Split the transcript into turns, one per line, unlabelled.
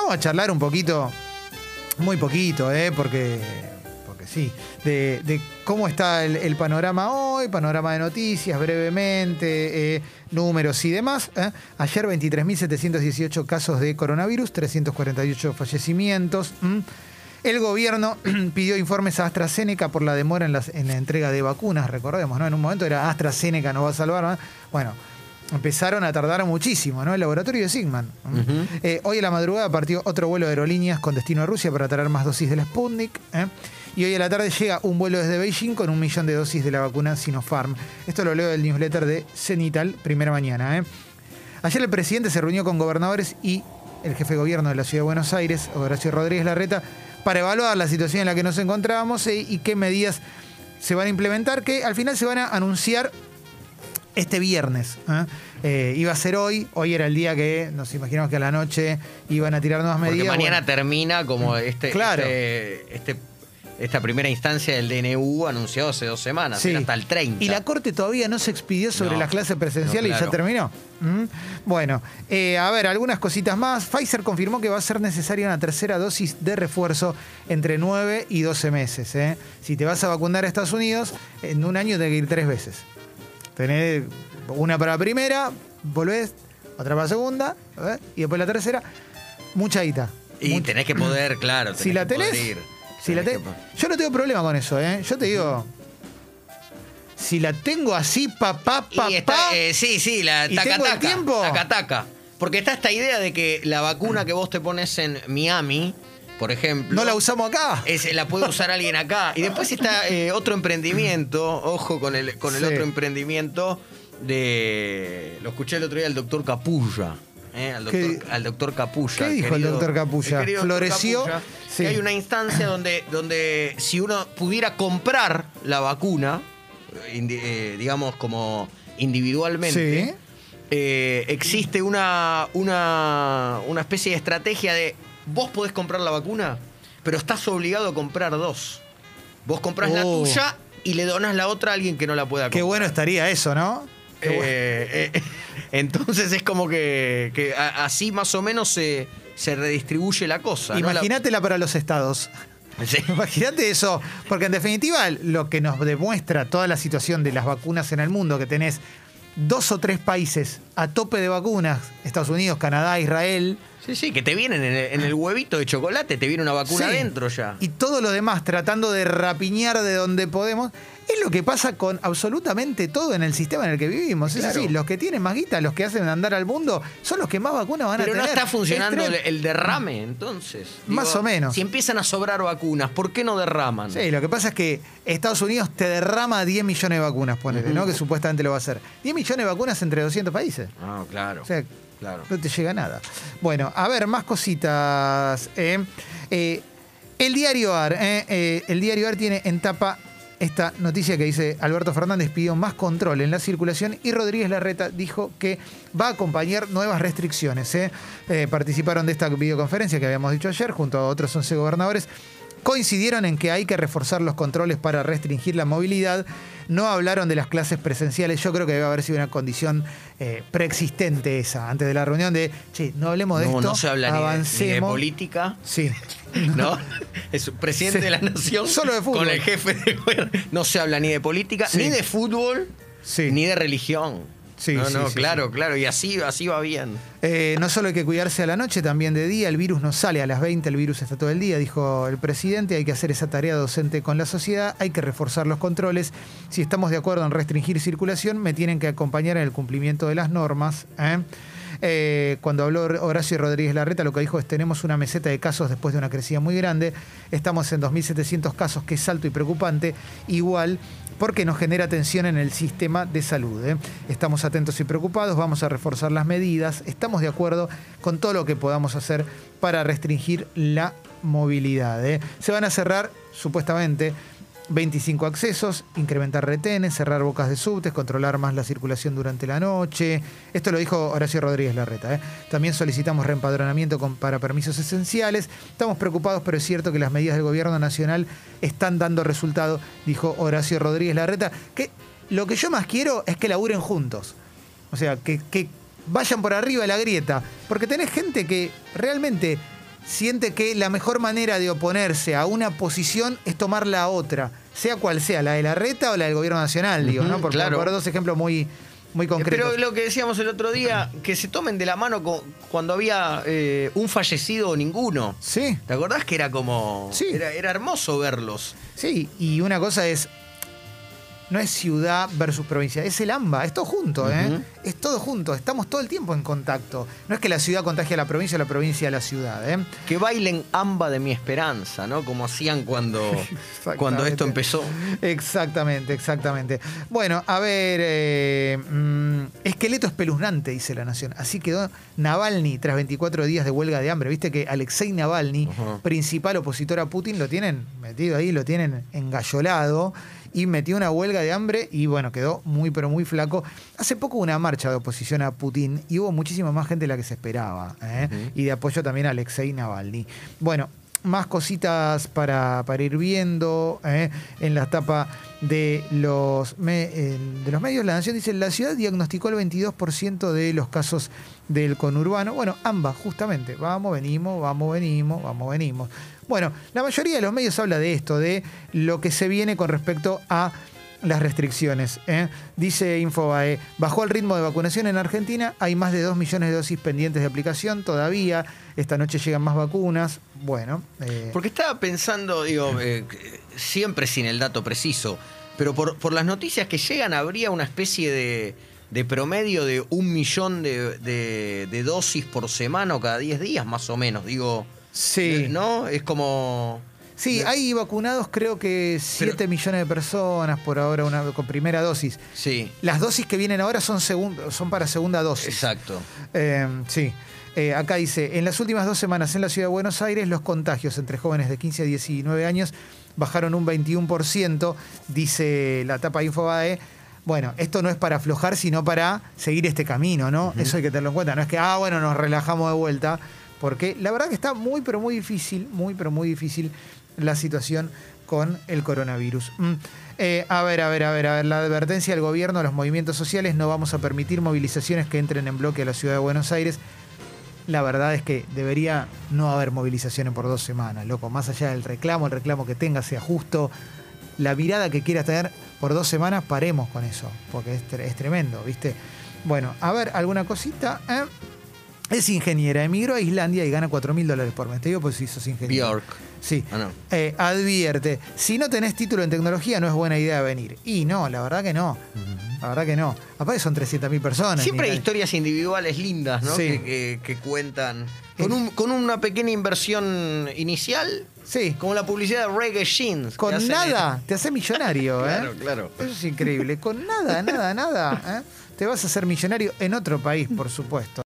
vamos a charlar un poquito, muy poquito, porque sí, de cómo está el panorama hoy, panorama de noticias, brevemente, números y demás. Ayer 23.718 casos de coronavirus, 348 fallecimientos. El gobierno pidió informes a AstraZeneca por la demora en la entrega de vacunas, recordemos, ¿no? En un momento era AstraZeneca nos va a salvar, ¿no? Bueno, empezaron a tardar muchísimo, ¿no? El laboratorio de Sigman. Hoy a la madrugada partió otro vuelo de aerolíneas con destino a Rusia para traer más dosis de la Sputnik. Y hoy a la tarde llega un vuelo desde Beijing con 1 millón de dosis de la vacuna Sinopharm. Esto lo leo del newsletter de Cenital, primera mañana. Ayer el presidente se reunió con gobernadores y el jefe de gobierno de la Ciudad de Buenos Aires, Horacio Rodríguez Larreta, para evaluar la situación en la que nos encontrábamos y qué medidas se van a implementar, que al final se van a anunciar este viernes. Iba a ser hoy era el día que nos imaginamos que a la noche iban a tirar nuevas medidas.
Porque mañana termina como
claro.
Esta primera instancia del DNU anunciado hace 2 semanas,
sí.
hasta el 30.
Y la Corte todavía no se expidió sobre las clases presenciales,
claro.
y ya terminó. Bueno, a ver, algunas cositas más. Pfizer confirmó que va a ser necesaria una tercera dosis de refuerzo entre 9 y 12 meses. Si te vas a vacunar a Estados Unidos, en un año tenés que ir 3 veces. Tenés una para la primera, volvés, otra para la segunda, y después la tercera. Mucha guita.
Y tenés que poder, claro.
Si la tenés, yo no tengo problema con eso, Yo te digo, si la tengo así,
sí, la taca. Porque está esta idea de que la vacuna que vos te pones en Miami, por ejemplo,
no la usamos acá.
La puede usar alguien acá. Y después está otro emprendimiento, ojo con el otro emprendimiento lo escuché el otro día al doctor Capulla. Al doctor Capulla.
¿Qué dijo el doctor Capulla? Floreció.
Capulla,
sí.
Que hay una instancia donde si uno pudiera comprar la vacuna, digamos como individualmente,
sí.
Existe una especie de estrategia de vos podés comprar la vacuna, pero estás obligado a comprar 2. Vos comprás la tuya y le donás la otra a alguien que no la pueda comprar.
Qué bueno estaría eso, ¿no?
Entonces es como que así más o menos se redistribuye la cosa.
Imagínatela para los estados.
Sí.
Imagínate eso, porque en definitiva lo que nos demuestra toda la situación de las vacunas en el mundo, que tenés 2 o 3 países a tope de vacunas, Estados Unidos, Canadá, Israel.
Sí, que te vienen en el huevito de chocolate, te viene una vacuna adentro ya.
Y todo lo demás tratando de rapiñar de donde podemos. Es lo que pasa con absolutamente todo en el sistema en el que vivimos. Claro. Es así, los que tienen más guita, los que hacen andar al mundo, son los que más vacunas van a tener.
Pero no está funcionando el derrame, entonces.
Más o menos.
Si empiezan a sobrar vacunas, ¿por qué no derraman?
Sí, lo que pasa es que Estados Unidos te derrama 10 millones de vacunas, ponele, ¿no? Que supuestamente lo va a hacer. 10 millones de vacunas entre 200 países.
Ah, claro.
O sea,
claro.
No te llega nada. Bueno, a ver, más cositas. El diario AR. El diario AR tiene en tapa esta noticia que dice: Alberto Fernández pidió más control en la circulación y Rodríguez Larreta dijo que va a acompañar nuevas restricciones. Participaron de esta videoconferencia que habíamos dicho ayer junto a otros 11 gobernadores. Coincidieron en que hay que reforzar los controles para restringir la movilidad. No hablaron de las clases presenciales. Yo creo que debe haber sido una condición preexistente esa, antes de la reunión de, no hablemos de esto,
no se habla ni de política.
Sí.
¿No? Es presidente de la nación.
Solo de fútbol.
Con el jefe de gobierno. No se habla ni de política, ni de fútbol, ni de religión. Claro. Y así va bien.
No solo hay que cuidarse a la noche, también de día. El virus no sale a las 20, el virus está todo el día, dijo el presidente. Hay que hacer esa tarea docente con la sociedad. Hay que reforzar los controles. Si estamos de acuerdo en restringir circulación, me tienen que acompañar en el cumplimiento de las normas. Cuando habló Horacio Rodríguez Larreta, lo que dijo es: tenemos una meseta de casos después de una crecida muy grande. Estamos en 2.700 casos, que es alto y preocupante. Igual, porque nos genera tensión en el sistema de salud. Estamos atentos y preocupados, vamos a reforzar las medidas. Estamos de acuerdo con todo lo que podamos hacer para restringir la movilidad. Se van a cerrar, supuestamente, 25 accesos, incrementar retenes, cerrar bocas de subtes, controlar más la circulación durante la noche. Esto lo dijo Horacio Rodríguez Larreta. También solicitamos reempadronamiento para permisos esenciales. Estamos preocupados, pero es cierto que las medidas del gobierno nacional están dando resultado, dijo Horacio Rodríguez Larreta. Que lo que yo más quiero es que laburen juntos. O sea, que vayan por arriba de la grieta. Porque tenés gente que realmente siente que la mejor manera de oponerse a una posición es tomar la otra, sea cual sea, la de Larreta o la del gobierno nacional, digo, ¿no? Porque
claro.
por dos ejemplos muy concretos.
Pero lo que decíamos el otro día, que se tomen de la mano cuando había un fallecido o ninguno.
Sí.
¿Te acordás que era como...
Sí.
Era hermoso verlos.
Sí, y una cosa es, no es ciudad versus provincia, es el AMBA, es todo junto, ¿eh? Es todo junto, estamos todo el tiempo en contacto. No es que la ciudad contagie a la provincia o la provincia a la ciudad, ¿eh?
Que bailen AMBA de mi esperanza, ¿no? Como hacían cuando esto empezó.
Exactamente. Bueno, a ver, esqueleto espeluznante, dice La Nación. Así quedó Navalny tras 24 días de huelga de hambre. Viste que Alexei Navalny, principal opositor a Putin, lo tienen metido ahí, lo tienen engallolado. Y metió una huelga de hambre y bueno, quedó muy pero muy flaco. Hace poco hubo una marcha de oposición a Putin y hubo muchísima más gente de la que se esperaba, ¿eh? Y de apoyo también a Alexei Navalny. Bueno, más cositas para ir viendo, ¿eh? En la etapa de los medios. La Nación dice, la ciudad diagnosticó el 22% de los casos del conurbano. Bueno, ambas, justamente. Vamos, venimos. Bueno, la mayoría de los medios habla de esto, de lo que se viene con respecto a las restricciones, ¿eh? Dice Infobae, bajó el ritmo de vacunación en Argentina, hay más de 2 millones de dosis pendientes de aplicación todavía, esta noche llegan más vacunas, bueno.
Porque estaba pensando, digo, siempre sin el dato preciso, pero por las noticias que llegan habría una especie de promedio de 1 millón de dosis por semana o cada 10 días más o menos, digo.
Sí.
¿No? Es como...
Sí, hay vacunados creo que 7 millones de personas por ahora con primera dosis.
Sí.
Las dosis que vienen ahora son para segunda dosis.
Exacto.
Sí. Acá dice, en las últimas 2 semanas en la ciudad de Buenos Aires los contagios entre jóvenes de 15 a 19 años bajaron un 21%, dice la tapa de Infobae. Bueno, esto no es para aflojar, sino para seguir este camino, ¿no? Eso hay que tenerlo en cuenta. No es que, bueno, nos relajamos de vuelta. Porque la verdad que está muy difícil la situación con el coronavirus. A ver, la advertencia del gobierno a los movimientos sociales, no vamos a permitir movilizaciones que entren en bloque a la ciudad de Buenos Aires. La verdad es que debería no haber movilizaciones por 2 semanas, loco. Más allá del reclamo, el reclamo que tenga sea justo. La mirada que quiera tener por 2 semanas, paremos con eso, porque es tremendo, ¿viste? Bueno, a ver, alguna cosita, Es ingeniera, emigró a Islandia y gana $4.000 por mes. Te digo, pues si sos ingeniero.
Bjork.
Sí.
No.
Advierte, si no tenés título en tecnología no es buena idea venir. Y no, la verdad que no. La verdad que no. Aparte son 300.000 personas.
Siempre hay historias individuales lindas, ¿no?
Sí.
Que cuentan. Con una pequeña inversión inicial.
Sí.
Como la publicidad de Reggae Jeans.
Con nada, te hace millonario,
Claro.
Eso es increíble. Con nada, te vas a hacer millonario en otro país, por supuesto.